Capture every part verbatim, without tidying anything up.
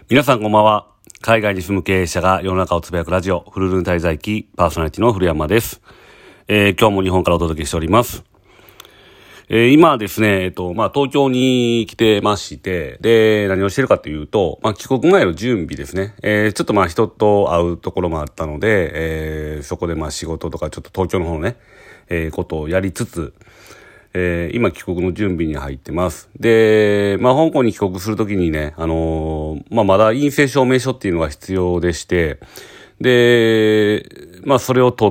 皆さんこんばんは。海外に住む経営者が世の中をつぶやくラジオ、フルルン滞在記パーソナリティの古山です。えー、今日も日本からお届けしております。えー、今ですね、えっと、まあ、東京に来てまして、で、何をしてるかというと、まあ、帰国前の準備ですね。えー、ちょっとまあ、人と会うところもあったので、えー、そこでまあ、仕事とかちょっと東京の方のね、えー、ことをやりつつ、えー、今帰国の準備に入ってます。で、まあ、香港に帰国するときにね、あのー、まあ、まだ陰性証明書っていうのが必要でして、で、まあ、それを取って、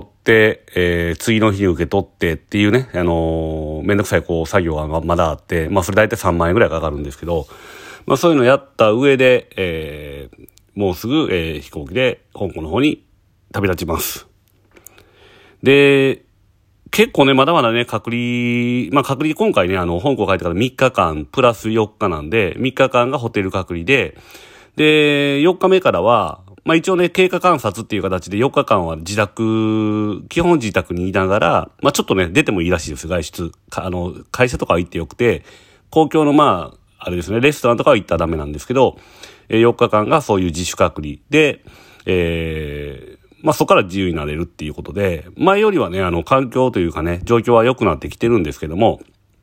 えー、次の日に受け取ってっていうね、あのー、めんどくさいこう作業がまだあって、まあ、それ大体さんまんえんぐらいかかるんですけど、まあ、そういうのやった上で、えー、もうすぐ、えー、飛行機で香港の方に旅立ちます。で、結構ね、まだまだね、隔離、まあ隔離今回ね、あの、香港帰ってからみっかかん、プラスよっかなんで、みっかかんがホテル隔離で、で、よっかめからは、まあ一応ね、経過観察っていう形でよっかかんは自宅、基本自宅にいながら、まあちょっとね、出てもいいらしいです、外出。あの、会社とかは行ってよくて、公共のまあ、あれですね、レストランとかは行ったらダメなんですけど、よっかかんがそういう自主隔離で、えー、まあ、そこから自由になれるっていうことで、前よりはね、あの、環境というかね、状況は良くなってきてるんですけども、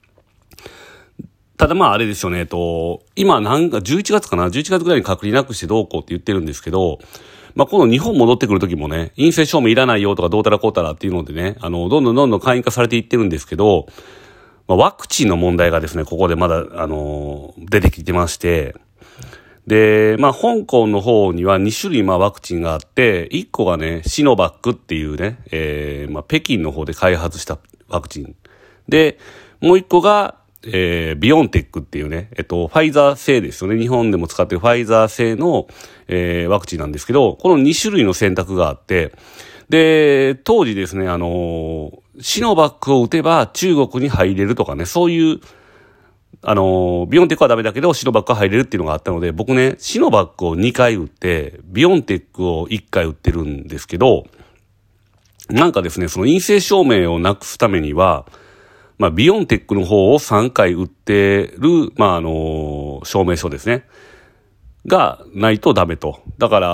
ただまあ、あれですよね、えっと、今なんかじゅういちがつかな、じゅういちがつぐらいに隔離なくしてどうこうって言ってるんですけど、まあ、今度日本戻ってくる時もね、陰性証明いらないよとかどうたらこうたらっていうのでね、あの、どんどんどんどん簡易化されていってるんですけど、まあ、ワクチンの問題がですね、ここでまだ、あの、出てきてまして、で、まあ、香港の方にはに種類まあワクチンがあって、いっこがね、シノバックっていうね、えー、まあ、北京の方で開発したワクチン。で、もういっこが、えー、ビオンテックっていうね、えっと、ファイザー製ですよね。日本でも使ってるファイザー製の、えー、ワクチンなんですけど、このに種類の選択があって、で、当時ですね、あのー、シノバックを打てば中国に入れるとかね、そういう、あの、ビオンテックはダメだけど、シノバックは入れるっていうのがあったので、僕ね、シノバックをにかい打って、ビオンテックをいっかい打ってるんですけど、なんかですね、その陰性証明をなくすためには、まあ、ビオンテックの方をさんかい打ってる、まあ、あの、証明書ですね。がないとダメと。だから、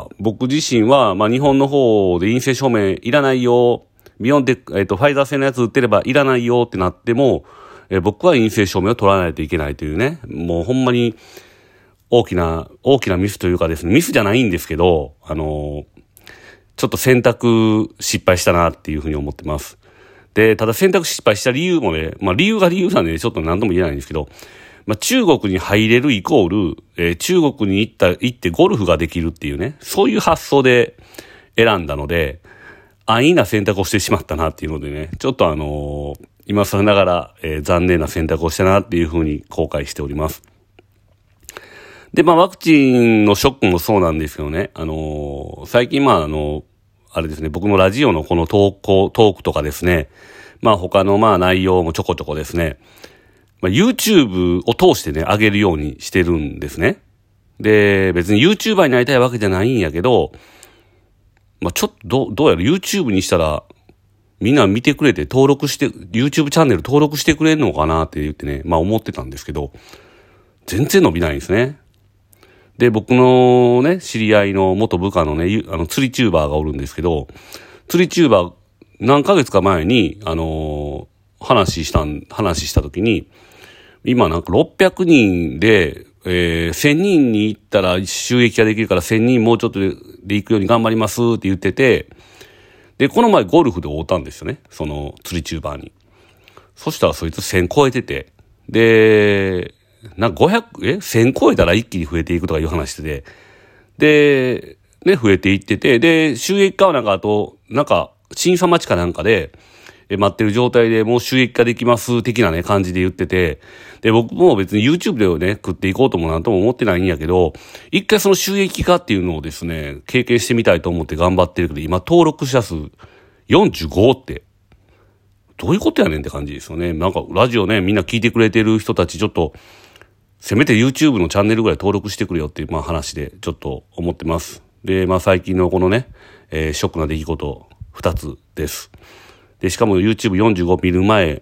僕自身は、まあ、日本の方で陰性証明いらないよ、ビオンテック、えっと、ファイザー製のやつ打ってればいらないよってなっても、え僕は陰性証明を取らないといけないというね、もうほんまに大きな、大きなミスというかですね、ミスじゃないんですけど、あの、ちょっと選択失敗したなっていうふうに思ってます。で、ただ選択失敗した理由もね、まあ理由が理由なんでちょっと何とも言えないんですけど、まあ中国に入れるイコール、えー、中国に行った、行ってゴルフができるっていうね、そういう発想で選んだので、安易な選択をしてしまったなっていうのでね、ちょっとあのー、今更ながら、えー、残念な選択をしたなっていうふうに後悔しております。で、まあワクチンのショックもそうなんですけどね、あのー、最近まああの、あれですね、僕のラジオのこの投稿、トークとかですね、まあ他のまあ内容もちょこちょこですね、まあ YouTube を通してね、上げるようにしてるんですね。で、別に YouTuber になりたいわけじゃないんやけど、まあちょっとどう、どうやら YouTube にしたら、みんな見てくれて登録して、YouTube チャンネル登録してくれるのかなって言ってね、まあ思ってたんですけど、全然伸びないんですね。で、僕のね、知り合いの元部下のね、あの、釣りチューバーがおるんですけど、釣りチューバー何ヶ月か前に、あのー、話したん、話した時に、今なんかろっぴゃくにんで、えー、せんにんに行ったら収益ができるからせんにんもうちょっとで行くように頑張りますって言ってて、で、この前ゴルフで会ったんですよね。その釣りチューバーに。そしたらそいつせん超えてて。で、なんかごひゃく、え ?せん 超えたら一気に増えていくとかいう話してて。で、ね、増えていってて。で、収益化はなんかあと、なんか審査待ちかなんかで、え待ってる状態でもう収益化できます的なね、感じで言ってて。で、僕も別に YouTube でね、食っていこうともなんとも思ってないんやけど、一回その収益化っていうのをですね、経験してみたいと思って頑張ってるけど、今登録者数よんじゅうごって、どういうことやねんって感じですよね。なんかラジオね、みんな聞いてくれてる人たちちょっと、せめて YouTube のチャンネルぐらい登録してくれよっていう、まあ話でちょっと思ってます。で、まあ最近のこのね、えー、ショックな出来事ふたつです。で、しかも YouTubeよんじゅうご 見る前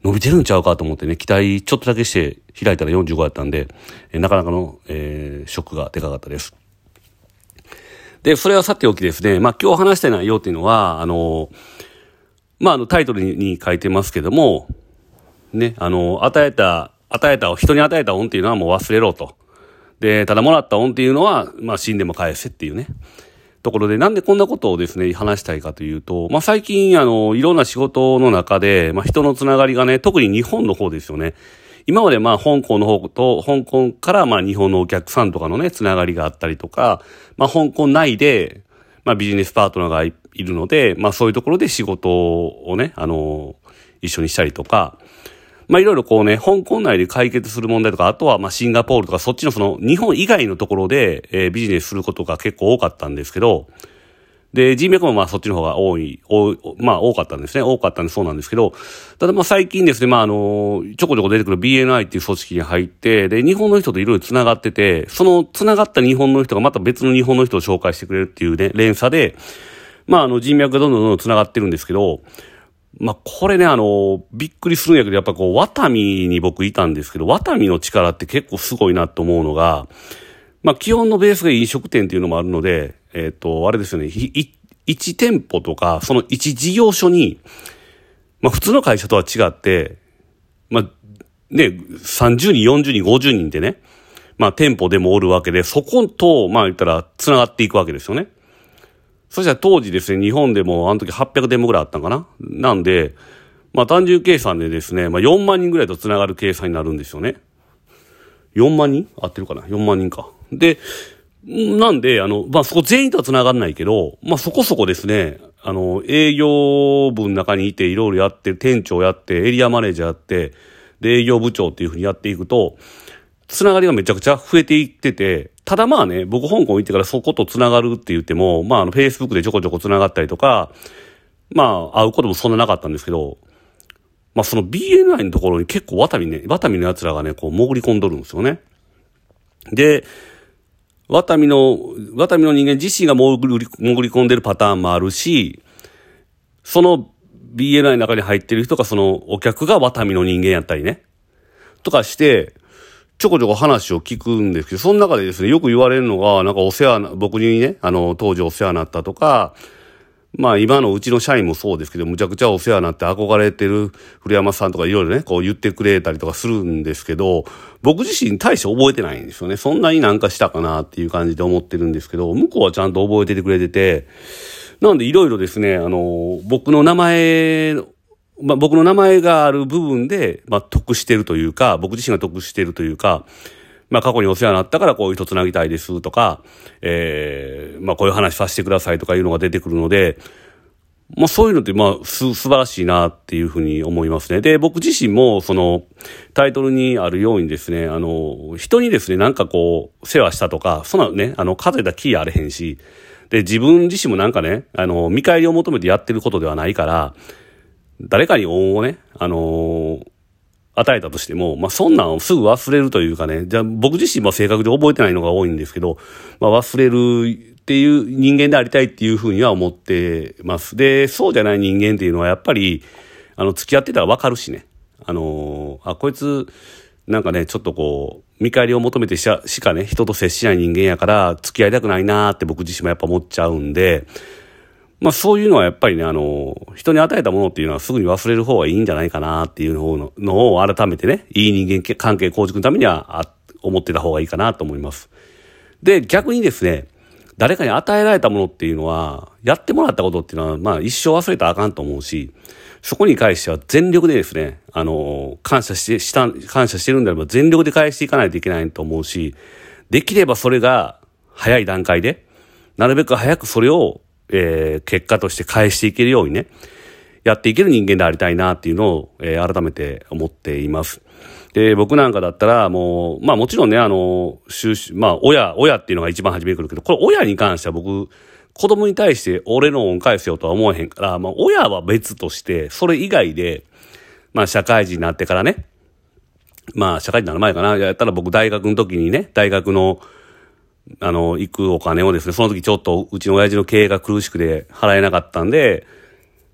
伸びてるんちゃうかと思ってね、期待ちょっとだけして開いたらよんじゅうごやったんで、えー、なかなかの、えー、ショックがでかかったです。で、それはさておきですね、まあ今日話したい内容っていうのは、あの、まああのタイトルに、に書いてますけども、ね、あの、与えた、与えた、人に与えた恩っていうのはもう忘れろと。で、ただもらった恩っていうのは、まあ死んでも返せっていうね。ところで、なんでこんなことをですね、話したいかというと、まあ、最近、あの、いろんな仕事の中で、まあ、人のつながりがね、特に日本の方ですよね。今まで、まあ、香港の方と、香港から、まあ、日本のお客さんとかのね、つながりがあったりとか、まあ、香港内で、まあ、ビジネスパートナーがいるので、まあ、そういうところで仕事をね、あの、一緒にしたりとか、まあいろいろこうね、香港内で解決する問題とか、あとはまあシンガポールとかそっちのその日本以外のところで、えー、ビジネスすることが結構多かったんですけど、で、人脈もまあそっちの方が多い、多い、まあ多かったんですね。多かったんでそうなんですけど、ただまあ最近ですね、まああの、ちょこちょこ出てくる ビーエヌアイ っていう組織に入って、で、日本の人といろいろ繋がってて、その繋がった日本の人がまた別の日本の人を紹介してくれるっていうね、連鎖で、まああの人脈がどんどんどんどん繋がってるんですけど、まあ、これね、あの、びっくりするんやけど、やっぱこう、ワタミに僕いたんですけど、ワタミの力って結構すごいなと思うのが、まあ、基本のベースが飲食店っていうのもあるので、えっと、あれですよね、い、一店舗とか、その一事業所に、まあ、普通の会社とは違って、まあ、ね、さんじゅうにん、よんじゅうにん、ごじゅうにんでね、まあ、店舗でもおるわけで、そこと、まあ、言ったら、繋がっていくわけですよね。そしたら当時ですね、日本でもあの時はっぴゃく店舗ぐらいあったんかな。なんで、まあ単純計算でですね、まあよんまんにんぐらいと繋がる計算になるんですよね。よんまんにん合ってるかな ?よんまんにんか。で、なんで、あの、まあそこ全員とは繋がんないけど、まあそこそこですね、あの、営業部の中にいていろいろやってる、店長やって、エリアマネージャーやって、で営業部長っていう風にやっていくと、つながりがめちゃくちゃ増えていってて、ただまあね、僕香港行ってからそことつながるって言っても、まああの Facebook でちょこちょこつながったりとか、まあ会うこともそんななかったんですけど、まあその ビーエヌアイ のところに結構ワタミね、ワタミの奴らがね、こう潜り込んどるんですよね。で、ワタミの、ワタミの人間自身が潜り、潜り込んでるパターンもあるし、その ビーエヌアイ の中に入ってる人がそのお客がワタミの人間やったりね、とかして、ちょこちょこ話を聞くんですけど、その中でですね、よく言われるのが、なんかお世話な、僕にね、あの、当時お世話になったとか、まあ今のうちの社員もそうですけど、むちゃくちゃお世話になって憧れてる古山さんとかいろいろね、こう言ってくれたりとかするんですけど、僕自身大して覚えてないんですよね。そんなになんかしたかなっていう感じで思ってるんですけど、向こうはちゃんと覚えててくれてて、なんでいろいろですね、あの、僕の名前、まあ、僕の名前がある部分で、まあ、得してるというか、僕自身が得してるというか、まあ、過去にお世話になったからこういう人つなぎたいですとか、えー、まあ、こういう話させてくださいとかいうのが出てくるので、まあ、そういうのって、まあ、す、素晴らしいなっていうふうに思いますね。で、僕自身も、その、タイトルにあるようにですね、あの、人にですね、なんかこう、世話したとか、そんなね、あの、数えた気あれへんし、で、自分自身もなんかね、あの、見返りを求めてやってることではないから、誰かに恩をね、あのー、与えたとしても、まあ、そんなんをすぐ忘れるというかね、じゃあ僕自身も正確で覚えてないのが多いんですけど、まあ、忘れるっていう人間でありたいっていうふうには思ってます。で、そうじゃない人間っていうのはやっぱり、あの、付き合ってたらわかるしね。あのー、あ、こいつ、なんかね、ちょっとこう、見返りを求めてししかね、人と接しない人間やから、付き合いたくないなーって僕自身もやっぱ思っちゃうんで、まあそういうのはやっぱりね、あの、人に与えたものっていうのはすぐに忘れる方がいいんじゃないかなっていうののを改めてね、いい人間関係構築のためには思ってた方がいいかなと思います。で、逆にですね、誰かに与えられたものっていうのは、やってもらったことっていうのは、まあ一生忘れたらあかんと思うし、そこに関しては全力でですね、あの、感謝して、した、感謝してるんであれば全力で返していかないといけないと思うし、できればそれが早い段階で、なるべく早くそれをえー、結果として返していけるようにね、やっていける人間でありたいなっていうのを、えー、改めて思っています。で、僕なんかだったらもう、まあもちろんね、あの、収集、まあ親、親っていうのが一番初めに来るけど、これ親に関しては僕、子供に対して俺の恩返せよとは思えへんから、まあ親は別として、それ以外で、まあ社会人になってからね、まあ社会人になる前かな、やったら僕大学の時にね、大学の、あの、行くお金をですね、その時ちょっとうちの親父の経営が苦しくて払えなかったんで、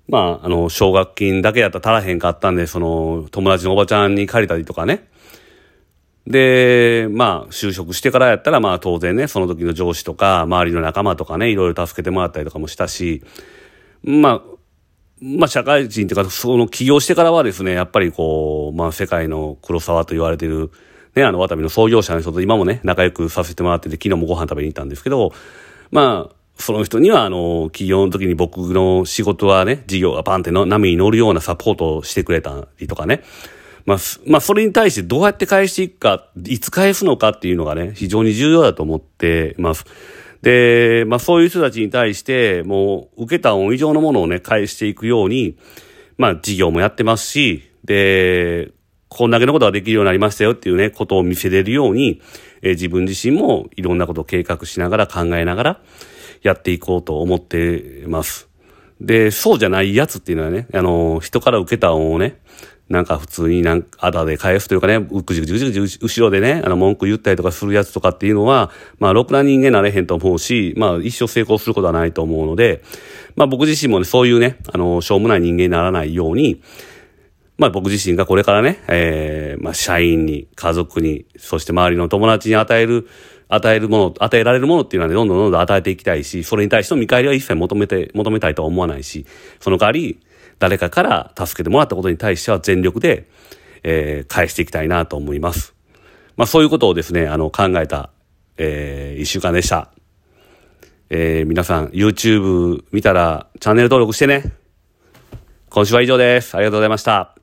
まあ、あの、奨学金だけやったら足らへんかったんで、その、友達のおばちゃんに借りたりとかね。で、まあ、就職してからやったら、まあ、当然ね、その時の上司とか、周りの仲間とかね、いろいろ助けてもらったりとかもしたし、まあ、まあ、社会人というか、その起業してからはですね、やっぱりこう、まあ、世界の黒沢と言われている、ね、あの、ワタミの創業者の人と今もね、仲良くさせてもらってて、昨日もご飯食べに行ったんですけど、まあ、その人には、あの、起業の時に僕の仕事はね、事業がパンっての波に乗るようなサポートをしてくれたりとかね。まあ、まあ、それに対してどうやって返していくか、いつ返すのかっていうのがね、非常に重要だと思ってます。で、まあ、そういう人たちに対して、もう、受けた恩以上のものをね、返していくように、まあ、事業もやってますし、で、こんだけのことができるようになりましたよっていうね、ことを見せれるように、えー、自分自身もいろんなことを計画しながら考えながら、やっていこうと思ってます。で、そうじゃないやつっていうのはね、あの、人から受けた恩をね、なんか普通になんか、あだで返すというかね、うくじくじくじくじく後ろでね、あの、文句言ったりとかするやつとかっていうのは、まあ、ろくな人間なれへんと思うし、まあ、一生成功することはないと思うので、まあ、僕自身もね、そういうね、あの、しょうもない人間にならないように、まあ、僕自身がこれからね、えー、まあ、社員に、家族に、そして周りの友達に与える、与えるもの、与えられるものっていうのはね、どんどんどんどん与えていきたいし、それに対しての見返りは一切求めて、求めたいとは思わないし、その代わり、誰かから助けてもらったことに対しては全力で、えー、返していきたいなと思います。まあ、そういうことをですね、あの、考えた、えー、一週間でした。えー、皆さん、YouTube 見たら、チャンネル登録してね。今週は以上です。ありがとうございました。